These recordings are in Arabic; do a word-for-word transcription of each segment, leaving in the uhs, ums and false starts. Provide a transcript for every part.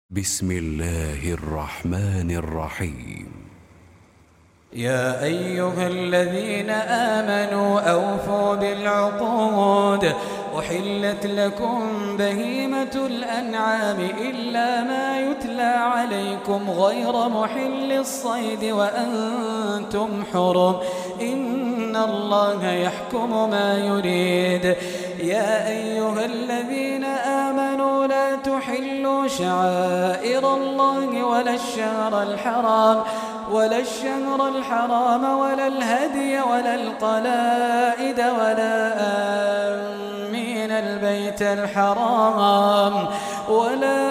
بسم الله الرحمن الرحيم. يا أيها الذين آمنوا أوفوا بالعقود، أحلت لكم بهيمة الأنعام إلا ما يتلى عليكم غير محل الصيد وأنتم حرم، إن الله يحكم ما يريد. يا أيها الذين آمنوا لا تحلوا شعائر الله ولا الشهر الحرام ولا الشهر الحرام ولا الهدي ولا القلائد ولا آمين البيت الحرام ولا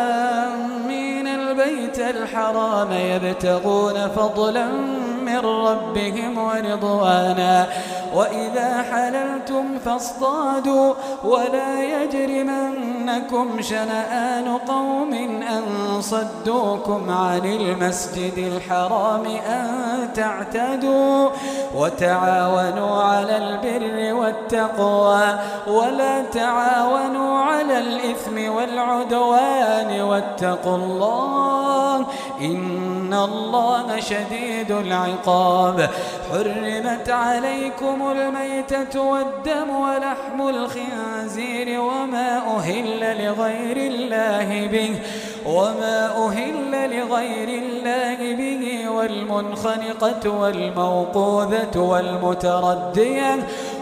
آمين البيت الحرام يبتغون فضلا من ربهم ورضوانا، وإذا حللتم فاصطادوا ولا يجرمنكم شنآن قوم أن صدوكم عن المسجد الحرام أن تعتدوا، وتعاونوا على البر والتقوى ولا تعاونوا على الإثم والعدوان، واتقوا الله إن الله شديد العقاب. حرمت عليكم الميتة والدم ولحم الخنزير وما أهل لغير الله به وما أهل لغير الله به والمنخنقة والموقوذة والمتردية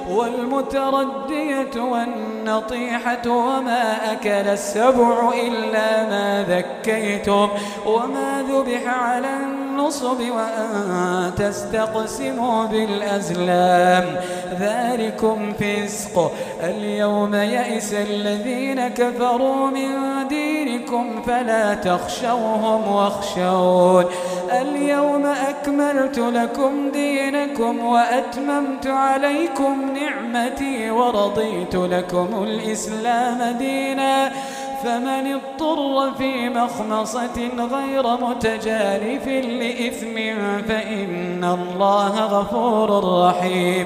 والمتردية والنطيحة وما أكل السبع إلا ما ذكيتم وما ذبح على النصب وأن تستقسموا بالأزلام، ذلكم فسق. اليوم يئس الذين كفروا من دينكم فلا تخشوهم واخشون. اليوم أكملت لكم دينكم وأتممت عليكم نعمتي ورضيت لكم الإسلام دينا، فمن اضطر في مخمصة غير متجانف لإثم فإن الله غفور رحيم.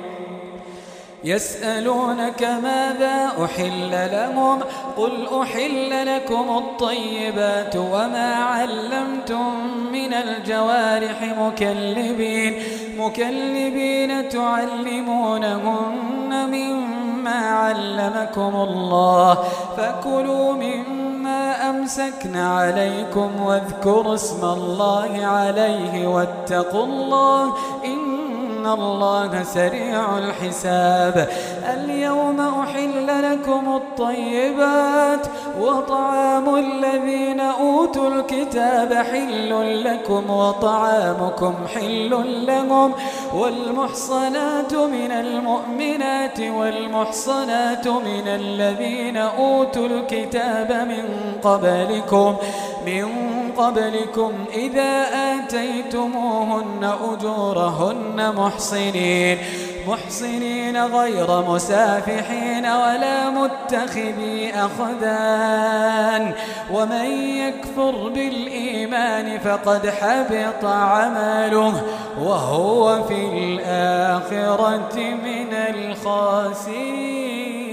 يسألونك ماذا أحل لهم قل أحل لكم الطيبات وما علمتم من الجوارح مكلبين مكلبين تعلمونهن مما علمكم الله، فكلوا مما أمسكن عليكم واذكروا اسم الله عليه واتقوا الله إن الله سريع الحساب. اليوم أحل لكم الطيبات وطعام الذين أوتوا الكتاب حل لكم وطعامكم حل لهم، والمحصنات من المؤمنات والمحصنات من الذين أوتوا الكتاب من قبلكم من قبلكم إذا آتيتموهن أجورهن محصنين محصنين غير مسافحين ولا متخذي أخدان، ومن يكفر بالإيمان فقد حبط عمله وهو في الآخرة من الخاسرين.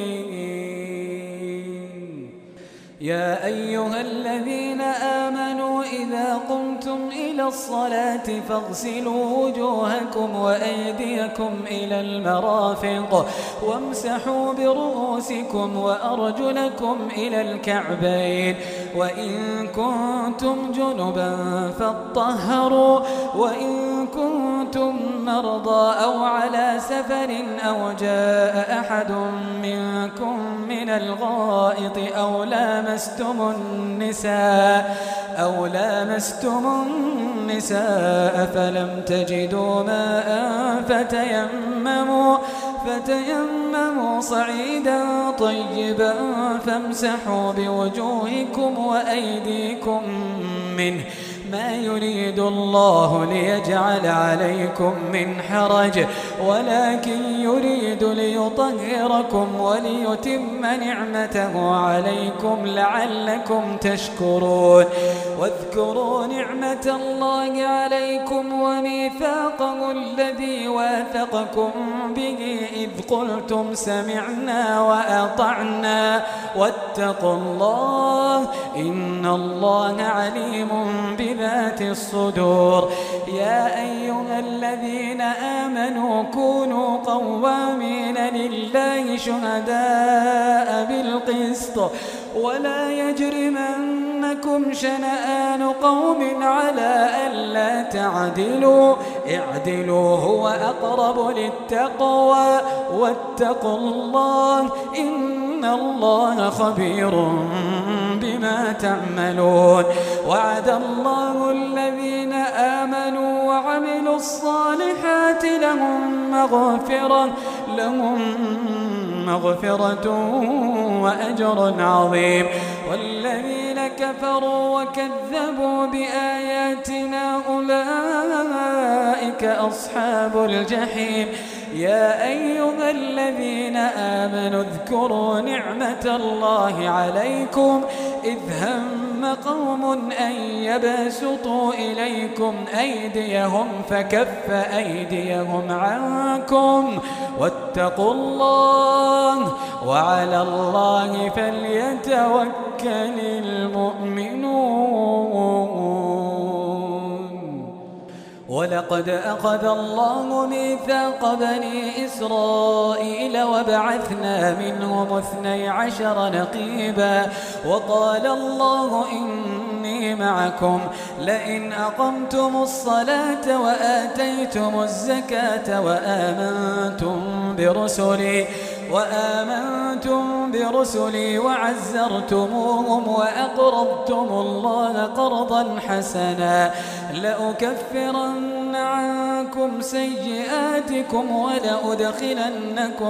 يا أيها الذين آمنوا إذا قمتم إلى الصلاة فاغسلوا وجوهكم وأيديكم إلى المرافق وامسحوا برؤوسكم وأرجلكم إلى الكعبين، وإن كنتم جنبا فاطهروا، وإن كنتم مرضى أو على سفر أو جاء أحد منكم من الغائط أو لامستم النساء أو لامستم النساء فلم تجدوا ماء فتيمموا فتيمموا صعيدا طيبا فامسحوا بوجوهكم وأيديكم منه، ما يريد الله ليجعل عليكم من حرج ولكن يريد ليطهركم وليتم نعمته عليكم لعلكم تشكرون. واذكروا نعمة الله عليكم وميثاقه الذي واثقكم به إذ قلتم سمعنا وأطعنا واتقوا الله إن الله عليم بذات الصدور. يا أيها الذين آمنوا كونوا قوامين لله شهداء بالقسط ولا يجرمنكم شنآن قوم على ألا تعدلوا اعدلوا هو أقرب للتقوى واتقوا الله إن الله خبير بما تعملون. وعد الله الذين آمنوا وعملوا الصالحات لهم مغفرة لهم مغفرة وأجر عظيم. والذين كفروا وكذبوا بآياتنا أولئك أصحاب الجحيم. يا أيها الذين آمنوا اذكروا نعمة الله عليكم إذ هم قوم أن يبسطوا إليكم أيديهم فكف أيديهم عنكم واتقوا الله وعلى الله فليتوكل المؤمنون. ولقد أخذ الله ميثاق بني إسرائيل وبعثنا منهم اثني عشر نقيبا وقال الله إني معكم لئن أقمتم الصلاة وآتيتم الزكاة وآمنتم برسلي وآمنتم برسلي وعزرتموهم وأقرضتم الله قرضا حسنا لأكفرن عنكم سيئاتكم ولأدخلنكم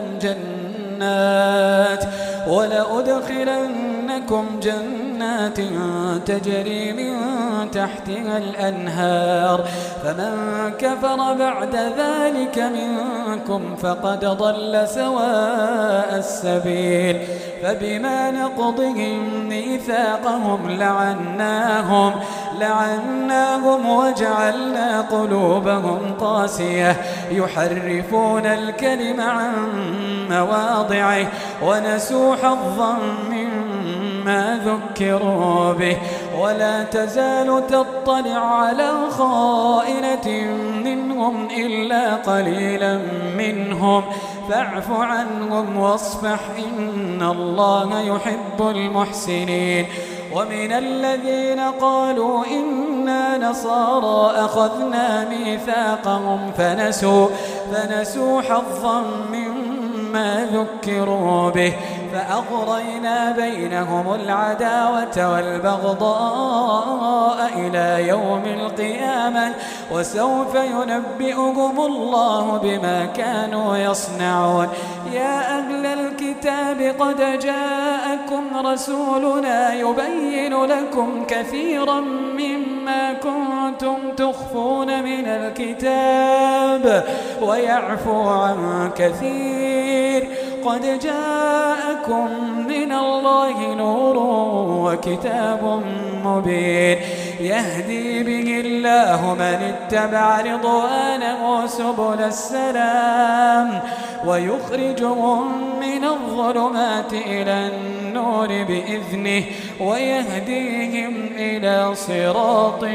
جنات ولأدخلنكم جنات تجري من تحتها الأنهار فمن كفر بعد ذلك منكم فقد ضل سواء السبيل. فبما نقضهم ميثاقهم لعناهم لعناهم وجعلنا قلوبهم قاسية يحرفون الكلم عن مواضعه ونسوا حظا مما ذكروا به ولا تزال تطلع على خائنة منهم إلا قليلا منهم فاعف عنهم واصفح إن الله يحب المحسنين. ومن الذين قالوا إنا نصارى أخذنا ميثاقهم فنسوا, فنسوا حظا مما ذكروا به فأغرينا بينهم العداوة والبغضاء إلى يوم القيامة وسوف ينبئهم الله بما كانوا يصنعون. يا أهل الكتاب قد جاءكم رسولنا يبين لكم كثيرا مما كنتم تخفون من الكتاب ويعفو عن كثير قد جاءكم من الله نور وكتاب مبين يهدي به الله من اتبع رضوانه سبل السلام ويخرجهم من الظلمات إلى النور بإذنه ويهديهم إلى صراط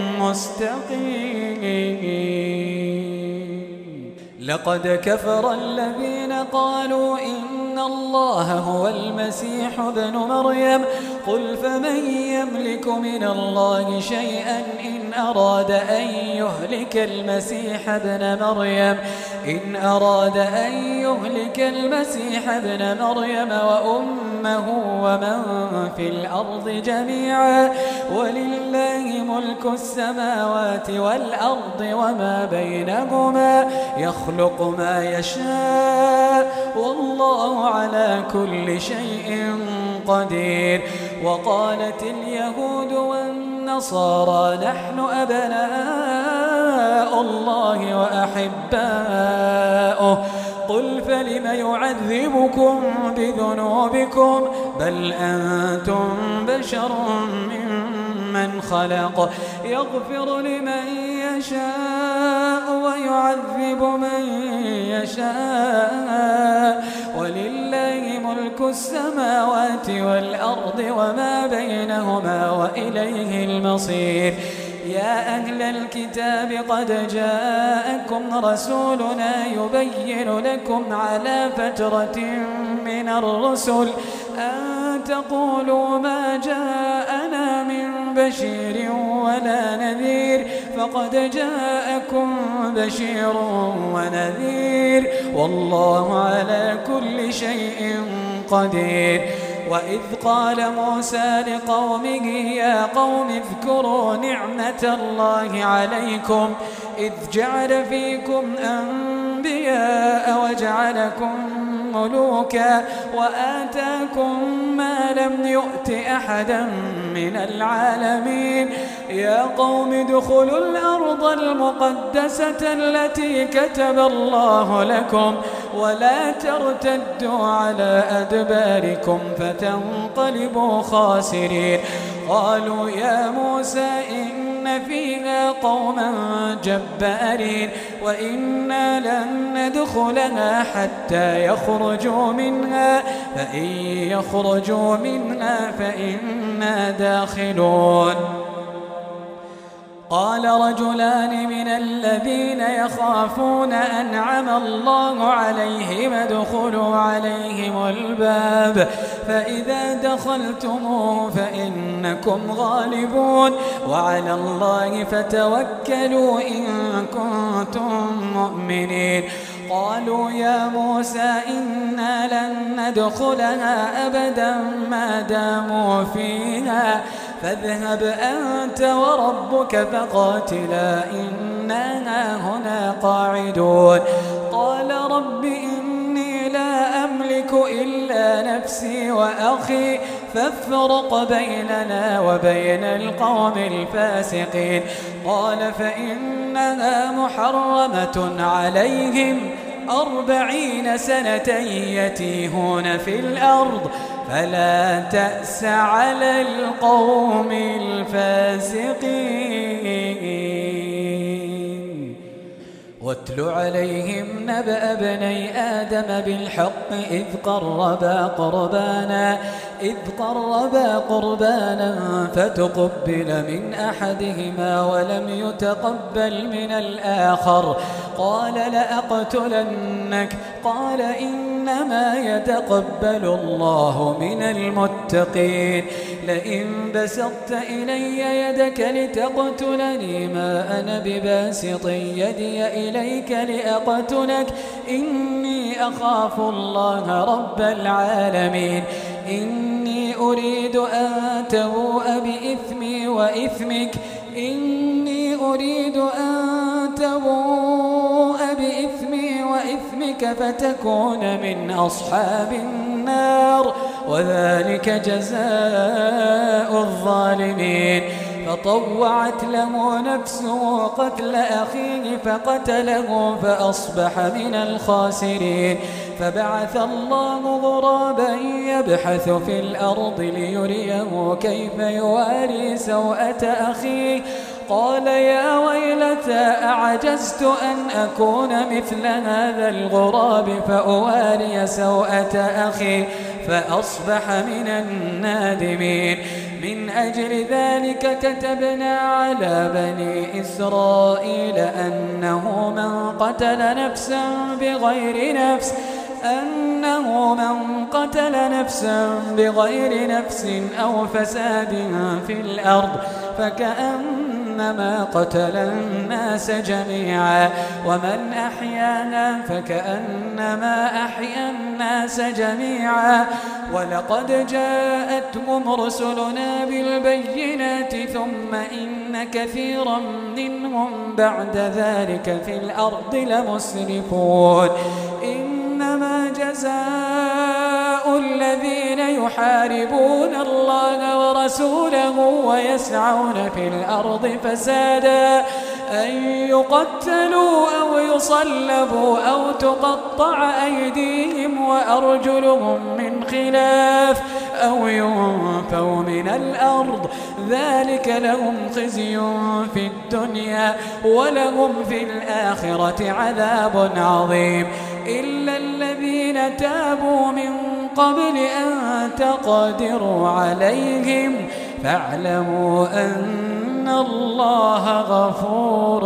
مستقيم. لقد كفر الذين قالوا إن الله هو المسيح ابن مريم قل فمن يملك من الله شيئا إن أراد أن يهلك المسيح ابن مريم إن أراد أن يهلك المسيح ابن مريم وأمه ومن في الأرض جميعا ولله ملك السماوات والأرض وما بينهما يخلق ما يشاء والله على كل شيء قدير. وقالت اليهود والنصارى نحن أبناء الله وأحباؤه قل فلم يعذبكم بذنوبكم بل أنتم بشر ممن ممن خلق يغفر لمن يشاء ويعذب من يشاء ولله ملك السماوات والأرض وما بينهما وإليه المصير. يا أهل الكتاب قد جاءكم رسولنا يبين لكم على فترة من الرسل أن تقولوا ما جاءنا من بشير ولا نذير فقد جاءكم بشير ونذير والله على كل شيء قدير. وإذ قال موسى لقومه يا قوم اذكروا نعمة الله عليكم إذ جعل فيكم أنبياء وجعلكم ملوكا وآتاكم ما لم يؤت أحدا من العالمين. يا قوم ادخلوا الأرض المقدسة التي كتب الله لكم ولا ترتدوا على أدباركم فتنقلبوا خاسرين. قالوا يا موسى إن فيها قوما جبارين وإنا لن ندخلها حتى يخرجوا منها فإن يخرجوا منها فإنا داخلون. قال رجلان من الذين يخافون أنعم الله عليهم ادخلوا عليهم الباب فإذا دخلتموه فإنكم غالبون وعلى الله فتوكلوا إن كنتم مؤمنين. قالوا يا موسى إنا لن ندخلها أبدا ما داموا فيها فاذهب أنت وربك فقاتلا إننا هنا قاعدون. قال رب إني لا أملك إلا نفسي وأخي فافرق بيننا وبين القوم الفاسقين. قال فإنها محرمة عليهم أربعين سنة يتيهون في الأرض فلا تأس على القوم الفاسقين. واتل عليهم نبأ بني آدم بالحق إذ قربا قربانا إذ قربا قربانا فتقبل من أحدهما ولم يتقبل من الآخر قال لأقتلنك قال إنما يتقبل الله من المتقين. لئن بسطت إلي يدك لتقتلني ما أنا بباسط يدي إليك لأقتلك إني أخاف الله رب العالمين. إني أريد أن تبوء بإثمي وإثمك إني أريد أن تبوء بإثمي وإثمك فتكون من أصحاب النار وذلك جزاء الظالمين. فطوعت له نفسه قتل أخيه فقتله فأصبح من الخاسرين. فبعث الله غرابا يبحث في الأرض ليريه كيف يواري سوءة أخيه قال يا ويلتى أعجزت أن أكون مثل هذا الغراب فأواري سوءة أخي فأصبح من النادمين. من أجل ذلك كتبنا على بني إسرائيل أنه من قتل نفسا بغير نفس أنه من قتل نفسا بغير نفس أو فساد في الأرض فكأنما قتل الناس جميعا ومن أحياها فكأنما أحيا الناس جميعا. ولقد جاءتهم رسلنا بالبينات ثم إن كثيرا منهم بعد ذلك في الأرض لمسرفون. إنما جزاء الذين يحاربون الله ورسوله ويسعون في الأرض فسادا أن يقتلوا أو يصلبوا أو تقطع أيديهم وأرجلهم من خلاف أو ينفوا من الأرض ذلك لهم خزي في الدنيا ولهم في الآخرة عذاب عظيم إلا الذين تابوا من قبل أن تقدروا عليهم فاعلموا أن الله غفور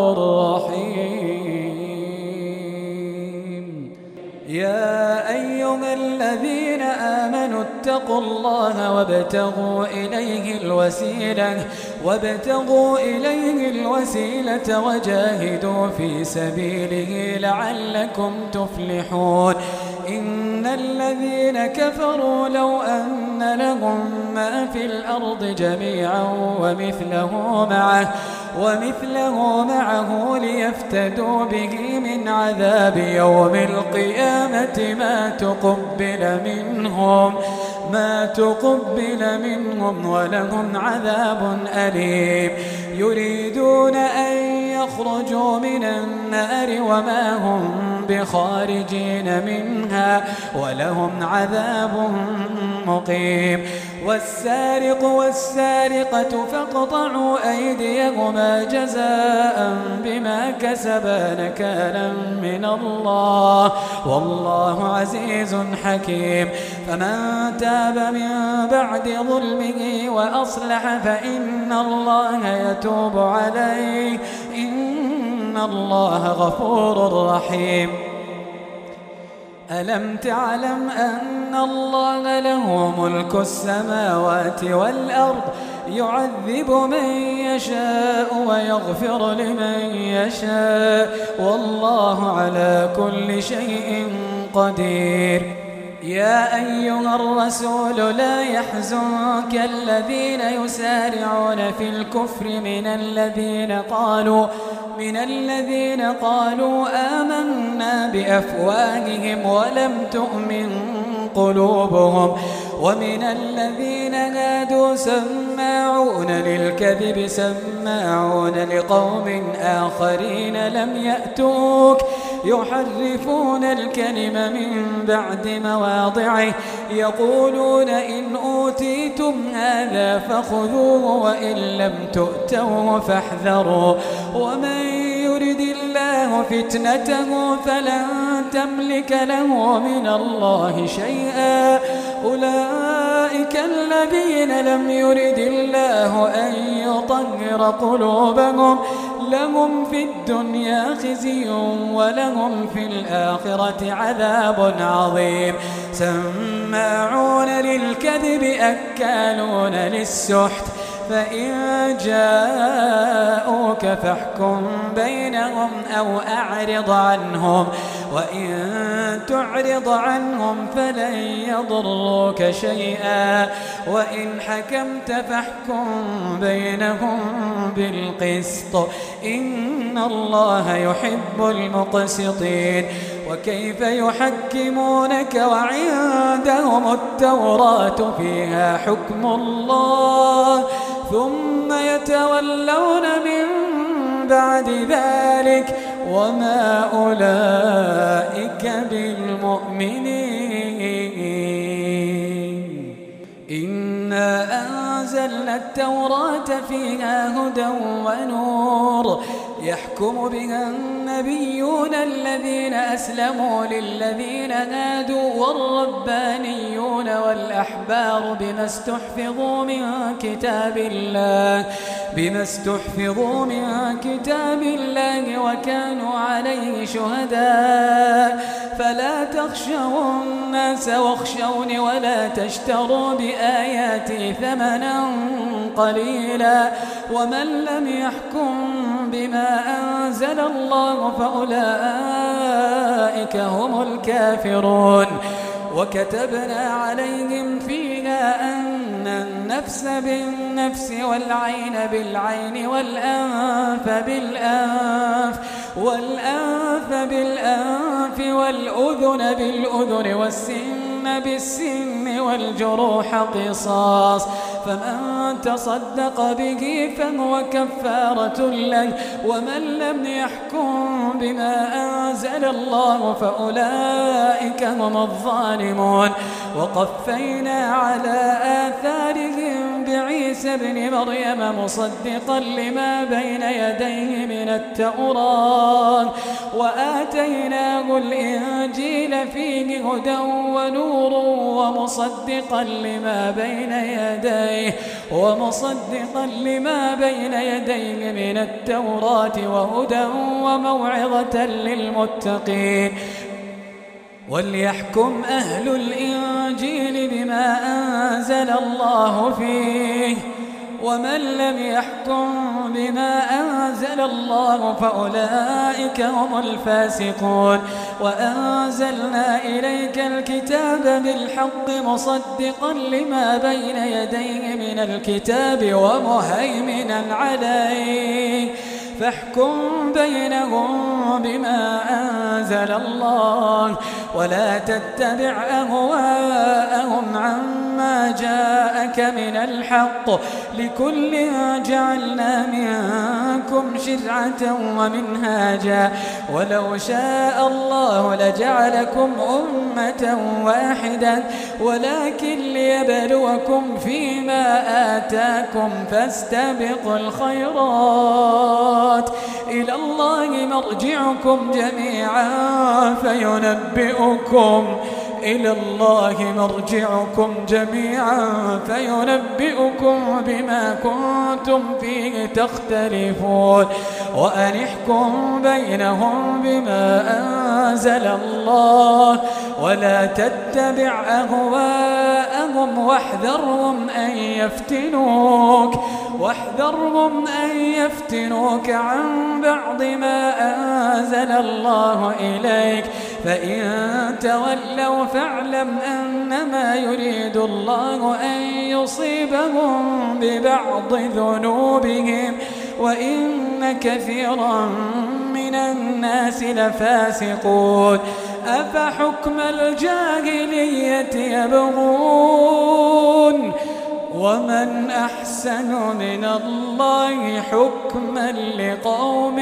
رحيم. يا أيها الذين آمنوا اتقوا الله وابتغوا إليه الوسيلة وابتغوا إليه الوسيلة وجاهدوا في سبيله لعلكم تفلحون. إن الذين كفروا لو أن لهم ما في الأرض جميعا ومثله معه ومثله معه ليفتدوا به من عذاب يوم القيامة ما تقبل منهم ما تقبل منهم ولهم عذاب أليم. يريدون أن يخرجوا من النار وما هم بخارجين منها ولهم عذاب مقيم. والسارق والسارقة فاقطعوا أيديهما جزاء بما كسبا نكالا من الله والله عزيز حكيم. فمن تاب من بعد ظلمه وأصلح فإن الله يتوب عليه إن الله غفور رحيم. ألم تعلم أن الله له ملك السماوات والأرض يعذب من يشاء ويغفر لمن يشاء والله على كل شيء قدير. يا أيها الرسول لا يحزنك الذين يسارعون في الكفر من الذين قالوا من الذين قالوا آمنا بأفواههم ولم تؤمن قلوبهم ومن الذين هادوا سماعون للكذب سماعون لقوم آخرين لم يأتوك يحرفون الكلم من بعد مواضعه يقولون إن أوتيتم هذا فخذوه وإن لم تؤتوه فاحذروا ومن يرد الله فتنته فلن تملك له من الله شيئا أولئك الذين لم يرد الله أن يطهر قلوبهم لهم في الدنيا خزي ولهم في الآخرة عذاب عظيم. سماعون للكذب أكالون للسحت فإن جاءوك فاحكم بينهم أو أعرض عنهم وإن تعرض عنهم فلن يضروك شيئا وإن حكمت فاحكم بينهم بالقسط إن الله يحب المقسطين. وكيف يحكمونك وعندهم التوراة فيها حكم الله ثم يتولون من بعد ذلك وما أولئك بالمؤمنين. إنا أنزلنا التوراة فيها هدى ونور يحكم بها النبيون الذين أسلموا للذين هادوا والربانيون والأحبار بما استحفظوا من كتاب الله بما استحفظوا من كتاب الله وكانوا عليه شهداء فلا تخشوا الناس واخشوني ولا تشتروا بآياتي ثمنا قليلا ومن لم يحكم بما أنزل الله فأولئك هم الكافرون. وكتبنا عليهم فيها أن النفس بالنفس والعين بالعين والأنف بالأنف والأنف بالأنف والأذن بالأذن والسن السن بالسن والجروح قصاص، فمن تصدق به فهو كفارة له، ومن لم يحكم بما أنزل الله فأولئك هم الظالمون. وقفينا على آثارهم بعيسى ابن مريم مصدقا لما بين يديه من التوراة، وآتيناه الإنجيل فيه هدى ونور ومصدقا لما بين يديه ومصدقا لما بين يديه من التوراة وهدى وموعظة للمتقين. وليحكم أهل الإنجيل بما أنزل الله فيه، ومن لم يحكم بما أنزل الله فأولئك هم الفاسقون. وأنزلنا إليك الكتاب بالحق مصدقا لما بين يديه من الكتاب ومهيمنا عليه، فاحكم بينهم بما أنزل الله، ولا تتبع أهواءهم عما جاءك من الحق، لكل جعلنا منكم شرعة ومنهاجا، ولو شاء الله لجعلكم أمة واحدة، ولكن ليبلوكم فيما آتاكم فاستبقوا الخيرات، إلى الله مرجعكم جميعا فينبئكم إلى الله مرجعكم جميعا فينبئكم بما كنتم فيه تختلفون. وأن احكم بينهم بما أنزل الله، ولا تتبع أهواءهم واحذرهم أن يفتنوك واحذرهم أن يفتنوك عن بعض ما أنزل الله إليك، فإن تولوا فاعلم أنما يريد الله أن يصيبهم ببعض ذنوبهم، وإن كثيرا من الناس لفاسقون. أفحكم الجاهلية يبغون، ومن أحسن من الله حكما لقوم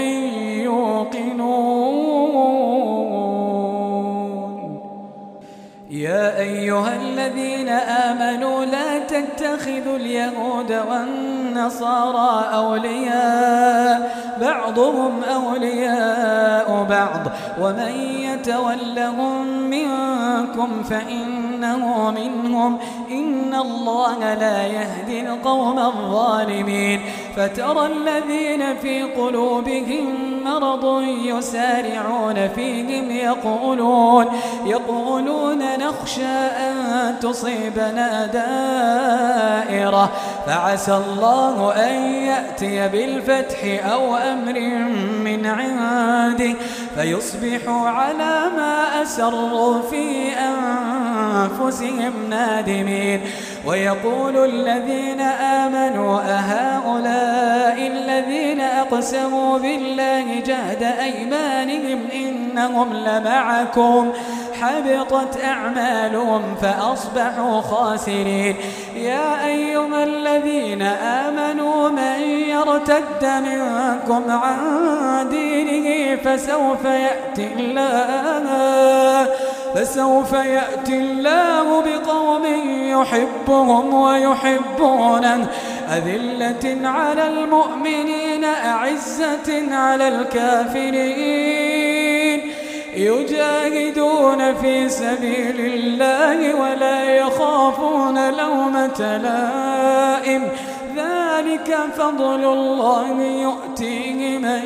يوقنون. يا أيها الذين آمنوا لا تتخذوا اليهود والنصارى أولياء، بعضهم أولياء بعض، ومن يتولهم منكم فإنه منهم، إن الله لا يهدي القوم الظالمين. فترى الذين في قلوبهم مرض يسارعون فيهم يقولون يقولون نخشى أن تصيبنا دائرة، فعسى الله أن يأتي بالفتح أو أمر من عنده فيصبحوا على ما أسروا في أنفسهم نادمين. ويقول الذين آمنوا أهؤلاء الذين أقسموا بالله جهد أيمانهم إنهم لمعكم حبطت أعمالهم فأصبحوا خاسرين. يا أيها الذين آمنوا من يرتد منكم عن دينه فسوف يأتي الله فسوف يأتي الله بقوم يحبهم ويحبونه أذلة على المؤمنين أعزة على الكافرين يجاهدون في سبيل الله ولا يخافون لومة لائم، ذلك فضل الله يؤتيه من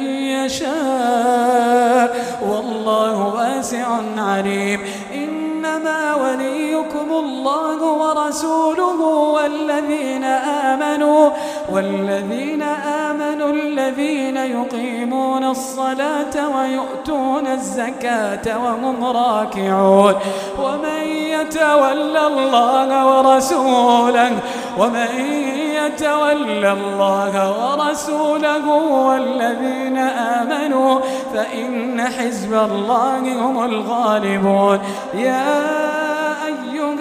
يشاء والله واسع عليم. إنما وليكم الله ورسوله والذين آمنوا والذين آمنوا الذين يقيمون الصلاة ويؤتون الزكاة وهم راكعون. ومن يتولى الله ورسوله ومن يتولى الله ورسوله والذين آمنوا فإن حزب الله هم الغالبون. يا أيها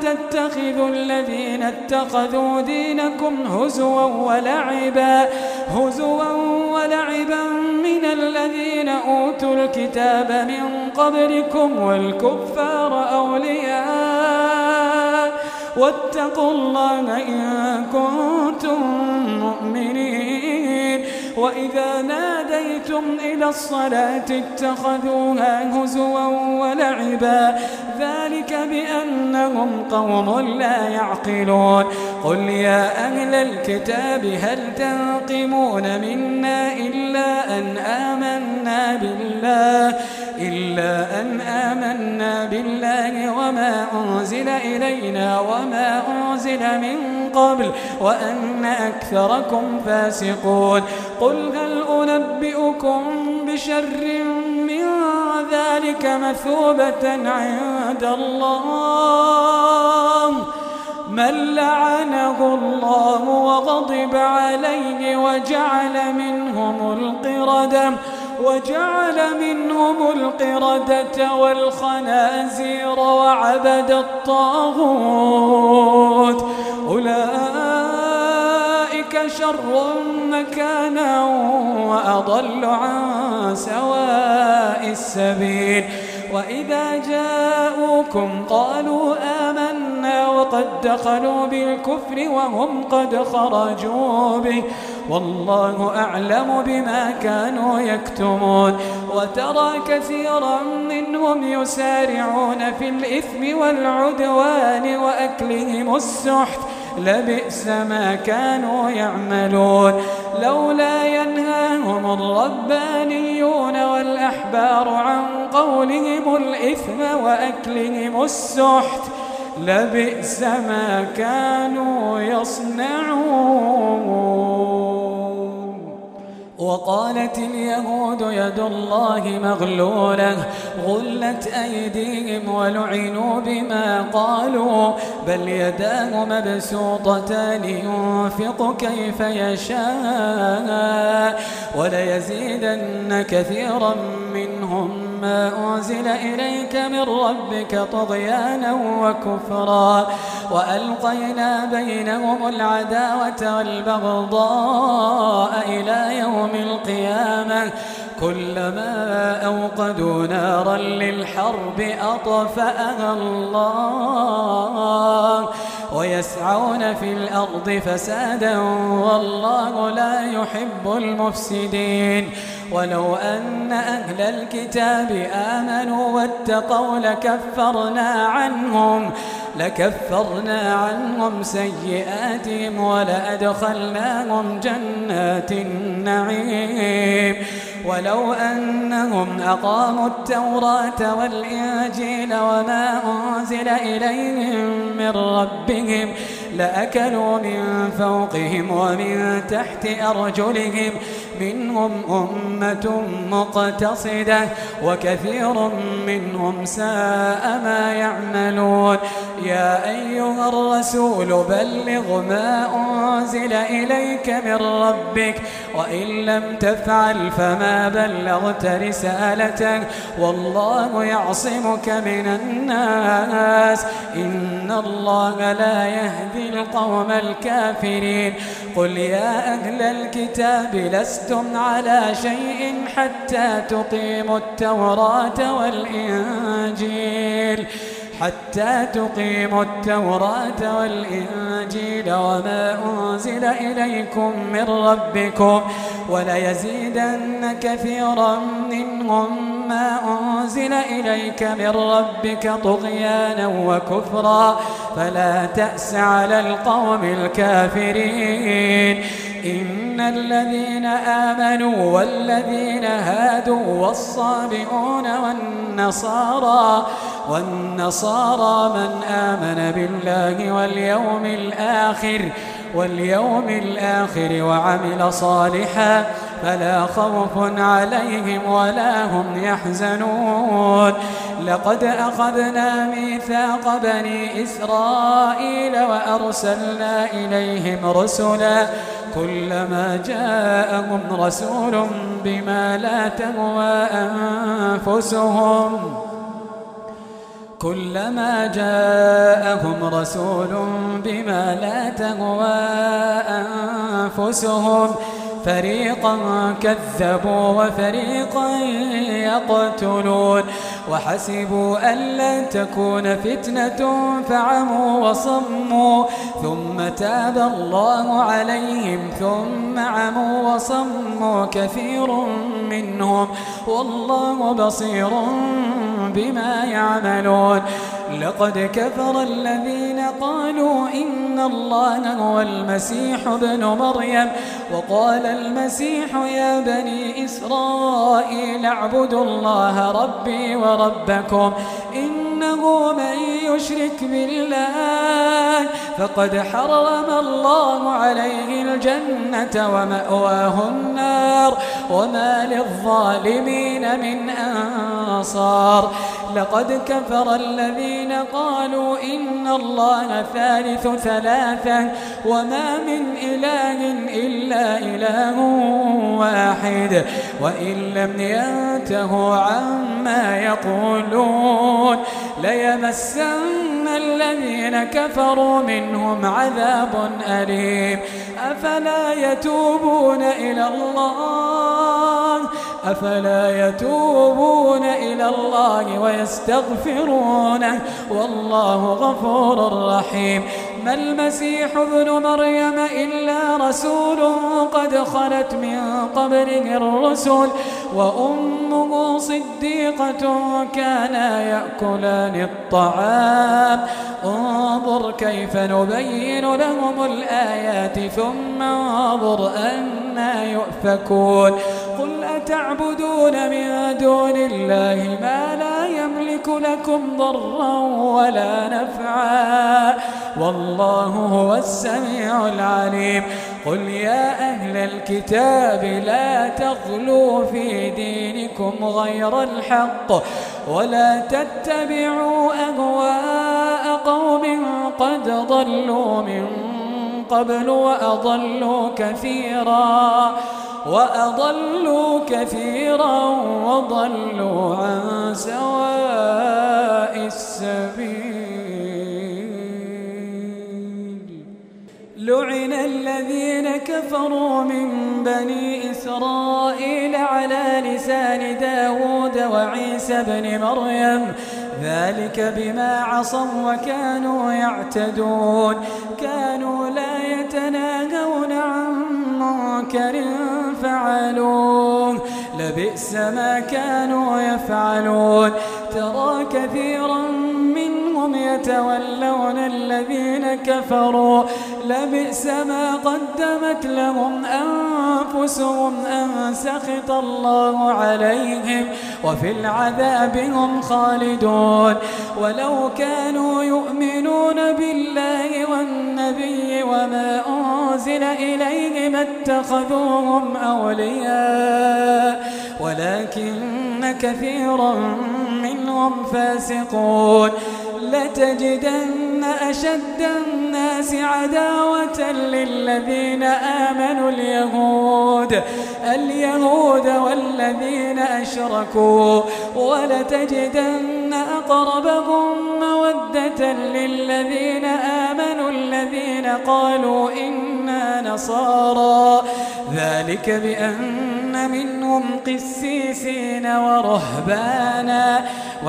تتخذوا الذين اتخذوا دينكم هزوا ولعبا هزوا ولعبا من الذين أوتوا الكتاب من قبلكم والكفار أولياء واتقوا الله إن كنتم مؤمنين. وإذا ناديتم إلى الصلاة اتخذوها هزوا ولعبا ذلك بأنهم قوم لا يعقلون. قل يا أهل الكتاب هل تنقمون منا إلا أن آمنا بالله إلا أن آمنا بالله وما أنزل إلينا وما أنزل من قبل وأن أكثركم فاسقون. قل هل أنبئكم بشر من ذلك مثوبة عند الله من لعنه الله وغضب عليه وجعل منهم القردة وجعل منهم القردة والخنازير وعبد الطاغوت أولئك شر مكانا وأضل عن سواء السبيل. وإذا جاءوكم قالوا آمنا وقد دخلوا بالكفر وهم قد خرجوا به والله أعلم بما كانوا يكتمون. وترى كثيرا منهم يسارعون في الإثم والعدوان وأكلهم السحت لبئس ما كانوا يعملون. لولا ينهاهم الربانيون والأحبار عن قولهم الإثم وأكلهم السحت لبئس ما كانوا يصنعون. وقالت اليهود يد الله مغلولة غلت أيديهم ولعنوا بما قالوا بل يداه مبسوطتان ينفق كيف يشاء وليزيدن كثيرا منهم ما أنزل إليك من ربك طغيانا وكفرا وألقينا بينهم العداوة والبغضاء إلى يوم القيامة كلما أوقدوا نارا للحرب أطفأها الله ويسعون في الأرض فسادا والله لا يحب المفسدين. ولو أن أهل الكتاب آمنوا واتقوا لكفرنا عنهم لكفرنا عنهم سيئاتهم ولأدخلناهم جنات النعيم. ولو أنهم أقاموا التوراة والإنجيل وما أنزل إليهم من ربهم لأكلوا من فوقهم ومن تحت أرجلهم منهم أمة مقتصدة وكثير منهم ساء ما يعملون. يا أيها الرسول بلغ ما أنزل إليك من ربك وإن لم تفعل فما بلغت رسالته والله يعصمك من الناس إن الله لا يهدي القوم الكافرين. قل يا أهل الكتاب لستم على شيء حتى تقيموا التوراة والإنجيل حتى تقيموا التوراة والإنجيل وما أنزل إليكم من ربكم وليزيدن كثيرا منهم ما أنزل إليك من ربك طغيانا وكفرا فلا تأس على القوم الكافرين. إن الذين آمنوا والذين هادوا والصابئون والنصارى والنصارى من آمن بالله واليوم الآخر واليوم الآخر وعمل صالحا فلا خوف عليهم ولا هم يحزنون. لقد أخذنا ميثاق بني إسرائيل وأرسلنا إليهم رسلا كلما جاءهم رسول بما لا تهوى أنفسهم كلما جاءهم رسول بما لا تهوى أنفسهم فريقا كذبوا وفريقا يقتلون وحسبوا ألا تكون فتنة فعموا وصموا ثم تاب الله عليهم ثم عموا وصموا كثير منهم والله بصير بما يعملون. لقد كفر الذين قالوا إن الله هو المسيح ابن مريم وقال المسيح يا بني إسرائيل اعبدوا الله ربي وربكم إنه من يشرك بالله فقد حرم الله عليه الجنة ومأواه النار وما للظالمين من أنصار. لقد كفر الذين قالوا إن الله ثالث ثلاثة وما من إله إلا إله واحد وإن لم ينتهوا عما يقولون ليمسن الذين كفروا منهم عذاب أليم. أفلا يتوبون إلى الله أفلا يتوبون إلى الله ويستغفرونه والله غفور رحيم. ما المسيح ابن مريم إلا رسول قد خلت من قبله الرسل وأمه صديقة كانا يأكلان الطعام انظر كيف نبين لهم الآيات ثم انظر أنا يؤفكون. قل أتعبدون من دون الله ما لا يملك لكم ضرا ولا نفعا والله هو السميع العليم. قل يا أهل الكتاب لا تغلوا في دينكم غير الحق ولا تتبعوا أهواء قوم قد ضلوا من قبل وأضلوا كثيرا وأضلوا كثيرا وضلوا عن سواء السبيل. لعن الذين كفروا من بني إسرائيل على لسان داود وعيسى بن مريم ذلك بما عصوا وكانوا يعتدون كانوا لا يتناهون عن منكر فعلوه لبئس ما كانوا يفعلون. ترى كثيرا منهم يتولون الذين كفروا لبئس ما قدمت لهم أنفسهم أن سخط الله عليهم وفي العذاب هم خالدون. ولو كانوا يؤمنون بالله والنبي وما أنزل إليه ما اتخذوهم أولياء ولكن كثيرا منهم فاسقون. لتجدن أشد الناس عداوة للذين آمنوا اليهود اليهود والذين أشركوا ولتجدن أقربهم مودة للذين آمنوا الذين قالوا إنا نصارى ذلك بأن منهم قسيسين ورهبانا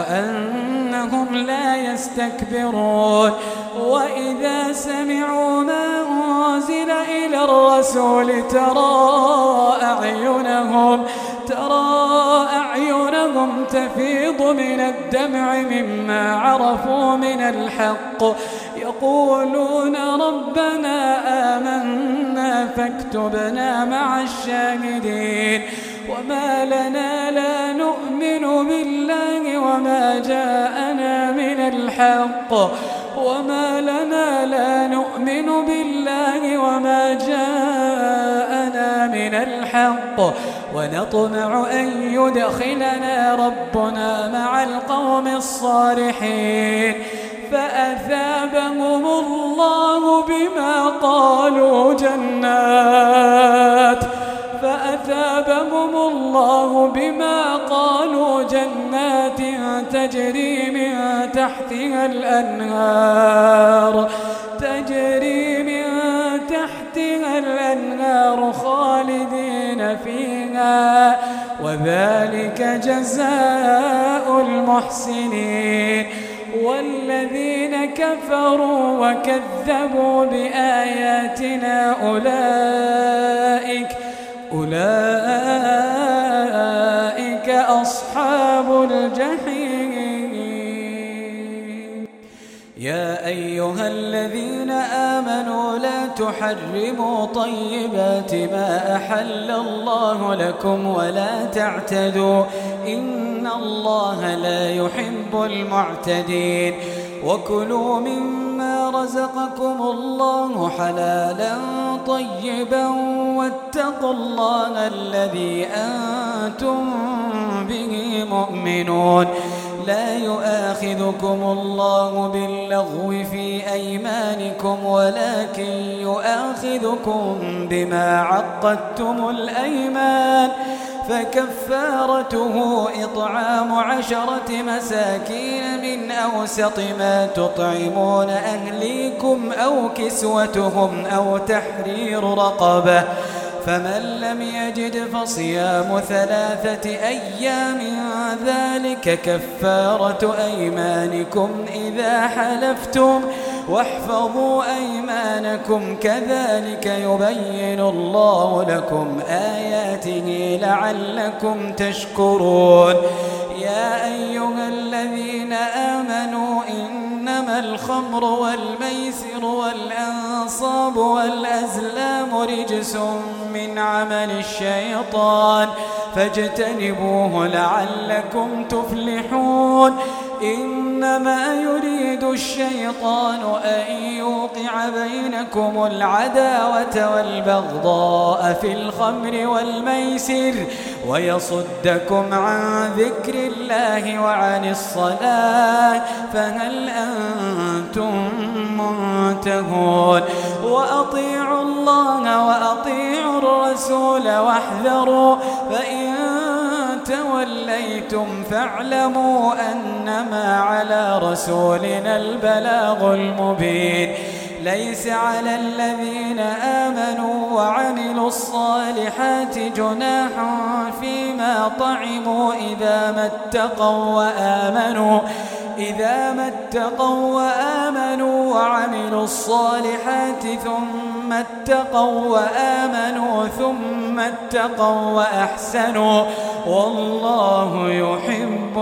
وأنهم لا يستكبرون. وإذا سمعوا ما أنزل إلى الرسول ترى أعينهم ترى أعينهم تفيض من الدمع مما عرفوا من الحق يقولون ربنا آمنا فاكتبنا مع الشاهدين. وما لنا لا نؤمن بالله وما جاءنا من الحق وما لنا لا نؤمن بالله وما جاءنا من الحق ونطمع أن يدخلنا ربنا مع القوم الصالحين فأثابهم الله بما قالوا جنات فأثابهم الله بما قالوا جنات تجري من تحت تحتها الأنهار تجري من تحتها الأنهار خالدين فيها وذلك جزاء المحسنين. والذين كفروا وكذبوا بآياتنا أولئك أولئك أصحاب الجحيم. يا أيها الذين آمنوا لا تحرموا طيبات ما أحل الله لكم ولا تعتدوا إن الله لا يحب المعتدين. وكلوا مما رزقكم الله حلالا طيبا واتقوا الله الذي أنتم به مؤمنون. لا يؤاخذكم الله باللغو في أيمانكم ولكن يؤاخذكم بما عقدتم الأيمان فكفارته إطعام عشرة مساكين من أوسط ما تطعمون أهليكم أو كسوتهم أو تحرير رقبة فمن لم يجد فصيام ثلاثة أيام ذلك كفارة أيمانكم إذا حلفتم واحفظوا أيمانكم كذلك يبين الله لكم آياته لعلكم تشكرون. يا أيها الذين آمنوا إنما الخمر والميسر والأنصاب والأزلام رجس من عمل الشيطان فاجتنبوه لعلكم تفلحون. إنما يريد الشيطان أن يوقع بينكم العداوة والبغضاء في الخمر والميسر ويصدكم عن ذكر الله وعن الصلاة فهل أنتم منتهون. وأطيعوا الله وأطيعوا الرسول واحذروا فإن توليتم فاعلموا أنما على رسولنا البلاغ المبين. ليس على الذين آمنوا وعملوا الصالحات جناح فيما طعموا إذا ما اتقوا وآمنوا إذا ما اتقوا وآمنوا وعملوا الصالحات ثم اتقوا وآمنوا ثم اتقوا وأحسنوا والله يحب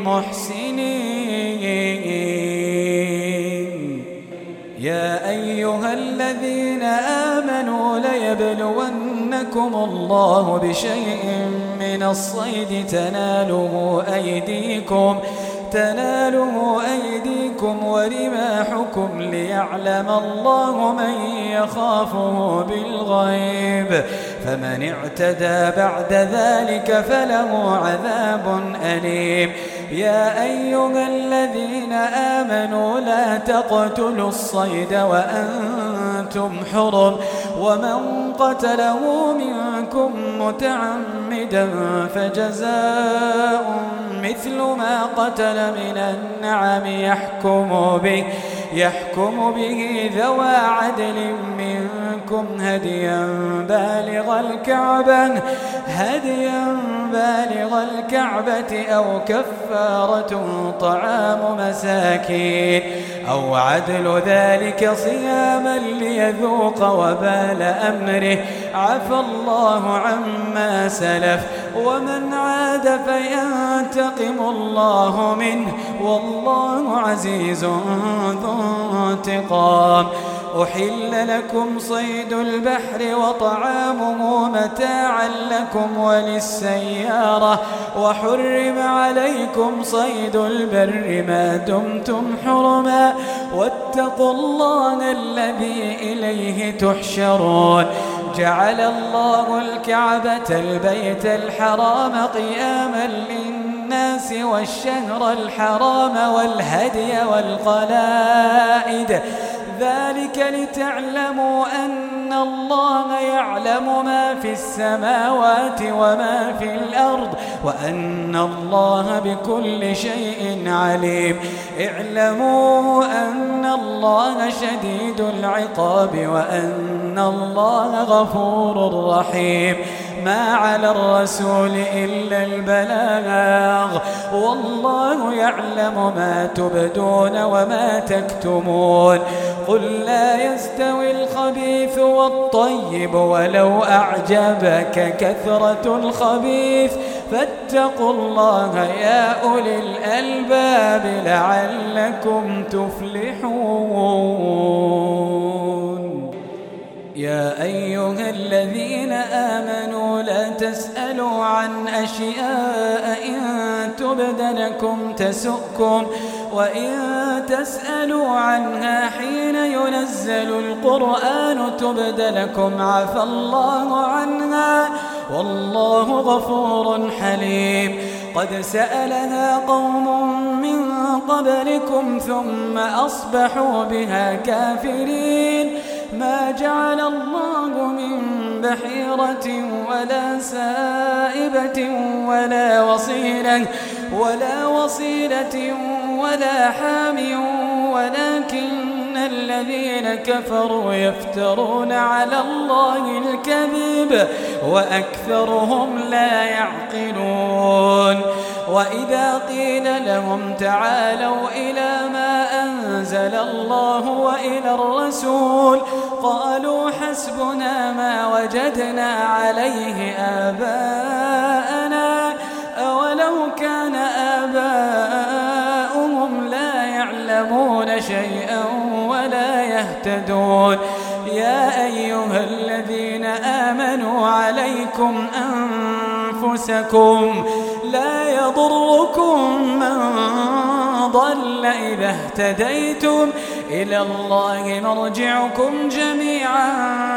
المحسنين. يا أيها الذين آمنوا ليبلونكم الله بشيء من الصيد تناله أيديكم تناله أيديكم ورماحكم ليعلم الله من يخافه بالغيب فمن اعتدى بعد ذلك فله عذاب أليم. يا أيها الذين آمنوا لا تقتلوا الصيد وأنتم حرم ومن قتله منكم متعمدا فجزاء مثل ما قتل من النعم يحكم به يحكم به ذوى عدل منكم هديا بالغ الكعبة هديا بالغ الكعبة أو كفارة طعام مساكين أو عدل ذلك صياما ليذوق وبال أمره عفى الله عما سلف ومن عاد فينتقم الله منه والله عزيز ذو انتقام. أحل لكم صيد البحر وطعامه متاعا لكم وللسيارة وحرم عليكم صيد البر ما دمتم حرما واتقوا الله الذي إليه تحشرون. جعل الله الكعبة البيت الحرام قياما للناس والشهر الحرام والهدي والقلائد ذلك لتعلموا أن الله يعلم ما في السماوات وما في الأرض وأن الله بكل شيء عليم. اعلموا أن الله شديد العقاب وأن الله غفور رحيم. ما على الرسول إلا البلاغ والله يعلم ما تبدون وما تكتمون. قل لا يستوي الخبيث والطيب ولو أعجبك كثرة الخبيث فاتقوا الله يا أولي الألباب لعلكم تفلحون. يا أيها الذين آمنوا لا تسألوا عن أشياء إن تبد لكم تسؤكم وإن تسألوا عنها حين ينزل القرآن تبد لكم عفى الله عنها والله غفور حليم. قد سألها قوم من قبلكم ثم أصبحوا بها كافرين. ما جعل الله من بحيرة ولا سائبة ولا وصيلة ولا وصيلة ولا حام ولكن الذين كفروا يفترون على الله الكذب وأكثرهم لا يعقلون. وإذا قيل لهم تعالوا إلى ما أنزل الله وإلى الرسول قالوا حسبنا ما وجدنا عليه آباءنا أولو كان آباؤهم لا يعلمون شيئا ولا يهتدون. يا أيها الذين آمنوا عليكم أنفسكم لا يضركم من ضل إذا اهتديتم إلى الله مرجعكم جميعا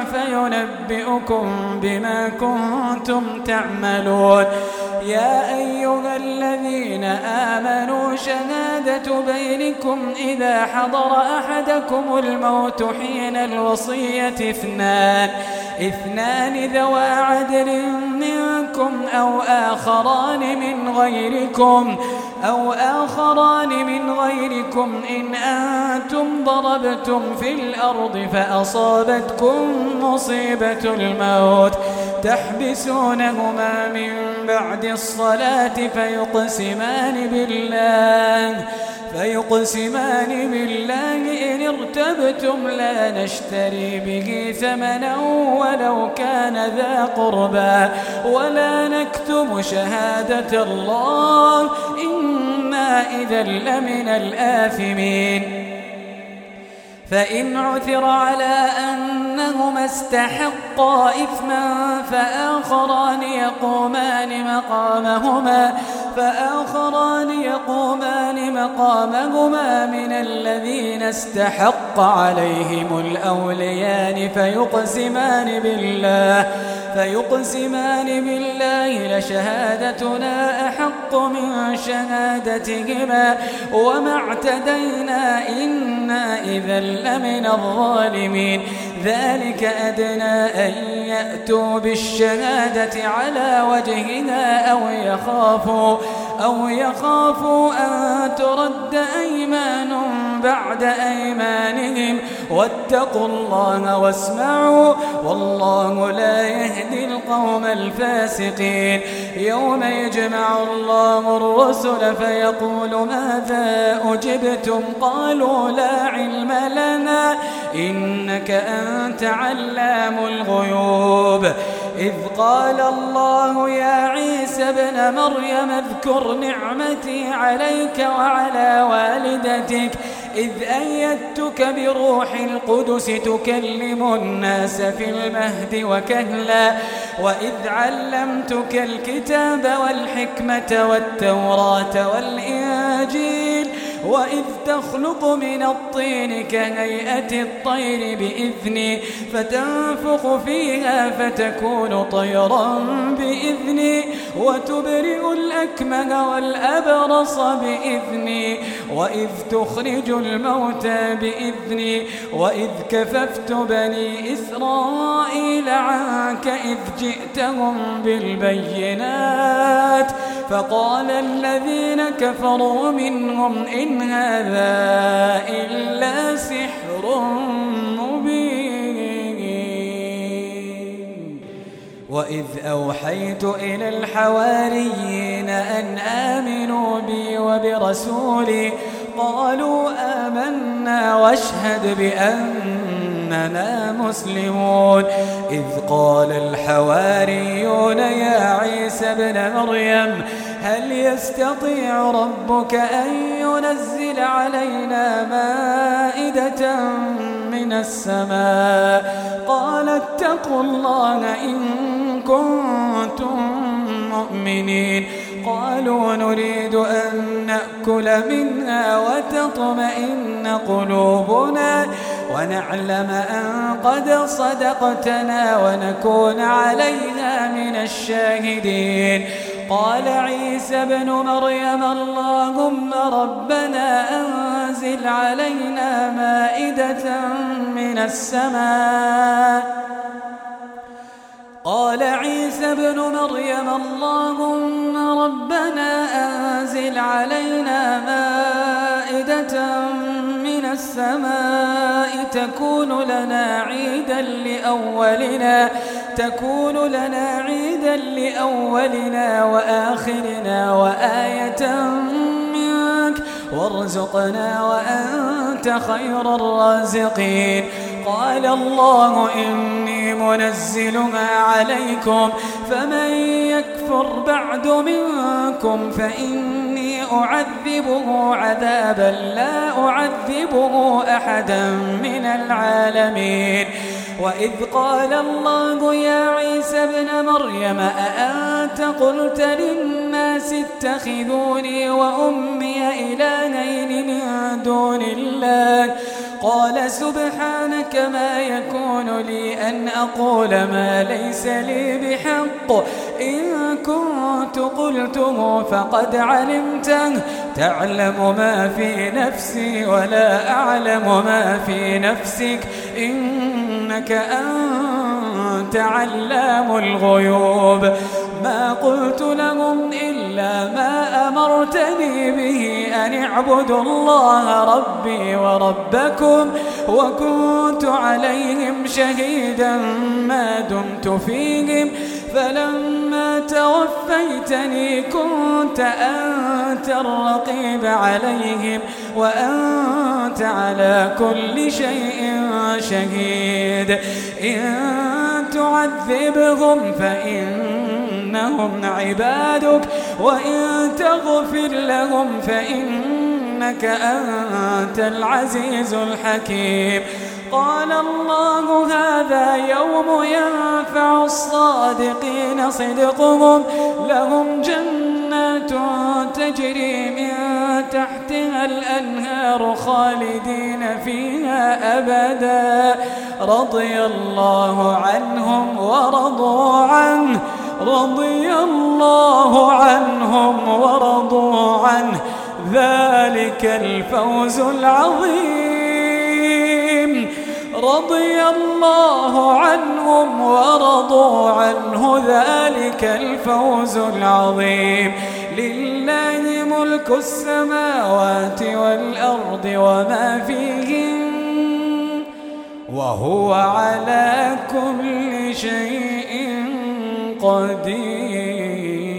فينبئكم بما كنتم تعملون. يا أيها الذين آمنوا شهادة بينكم إذا حضر أحدكم الموت حين الوصية اثنان اثنان ذوى عدل منكم أو آخران من غيركم أو آخران من غيركم إن أنتم ضربتم في الأرض فأصابتكم مصيبة الموت تحبسونهما من بعد الصلاة فيقسمان بالله فيقسمان بالله إن ارتبتم لا نشتري به ثمنا ولو كان ذا قربى ولا نكتم شهادة الله إنا إذا لمن الآثمين. فإن عثر على أنهما استحقا إثما فآخران يقومان مقامهما فآخران يقومان مقامهما من الذين استحق عليهم الأوليان فيقسمان بالله فيقسمان بالله لشهادتنا أحق من شهادتهما وما اعتدينا إنا إذا لمن الظالمين. ذلك أدنى أن يأتوا بالشهادة على وجهها أو يخافوا أو يخافوا أن ترد أيمان بعد أيمانهم واتقوا الله واسمعوا والله لا يهدي القوم الفاسقين. يوم يجمع الله الرسل فيقول ماذا أجبتم قالوا لا علم لنا إنك أنت علام الغيوب. إذ قال الله يا عيسى ابن مريم اذكر نعمتي عليك وعلى والدتك إذ أيدتك بروح القدس تكلم الناس في المهد وكهلا وإذ علمتك الكتاب والحكمة والتوراة والإنجيل وإذ تخلق من الطين كهيئة الطير بإذني فتنفخ فيها فتكون طيرا بإذني وتبرئ الأكمه والأبرص بإذني وإذ تخرج الموتى بإذني وإذ كففت بني إسرائيل عنك إذ جئتهم بالبينات فقال الذين كفروا منهم إن هذا إلا سحر مبين. وإذ أوحيت إلى الحواريين أن آمنوا بي وبرسولي قالوا آمنا واشهد بأننا مسلمون. إذ قال الحواريون يا عيسى ابن مريم هل يستطيع ربك أن ينزل علينا مائدة من السماء قال اتقوا الله إن كنتم مؤمنين. قالوا نريد أن نأكل منها وتطمئن قلوبنا ونعلم أن قد صدقتنا ونكون عليها من الشاهدين. قال عيسى ابن مريم اللهم ربنا أنزل علينا مائدة من السماء قال عيسى ابن مريم اللهم ربنا أنزل علينا مائدة من السماء تكون لنا عيدا لأولنا تكون لنا عيدا لأولنا وآخرنا وآية منك وارزقنا وأنت خير الرازقين. قال الله إني منزلها عليكم فمن يكفر بعد منكم فإني أعذبه عذابا لا أعذبه أحدا من العالمين. وإذ قال الله يا عيسى ابن مريم أأنت قلت للناس اتخذوني وأمي إلهين من دون الله قال سبحانك ما يكون لي أن أقول ما ليس لي بحق إن كنت قلته فقد علمته تعلم ما في نفسي ولا أعلم ما في نفسك إنك أنت علام الغيوب. ما قلت لهم إلا ما أمرتني به أن اعبدوا الله ربي وربكم وكنت عليهم شهيدا ما دمت فيهم فلما توفيتني كنت أنت الرقيب عليهم وأنت على كل شيء شهيد. إن تعذبهم فإنهم عبادك وإن تغفر لهم فإنك أنت العزيز الحكيم. قال الله هذا يوم ينفع الصادقين صدقهم لهم جنات تجري من تحتها الأنهار خالدين فيها أبدا رضي الله عنهم ورضوا عنه رضي الله عنهم ورضوا عنه ذلك الفوز العظيم. رضي الله عنهم ورضوا عنه ذلك الفوز العظيم. لله ملك السماوات والأرض وما فيهن وهو على كل شيء قدير.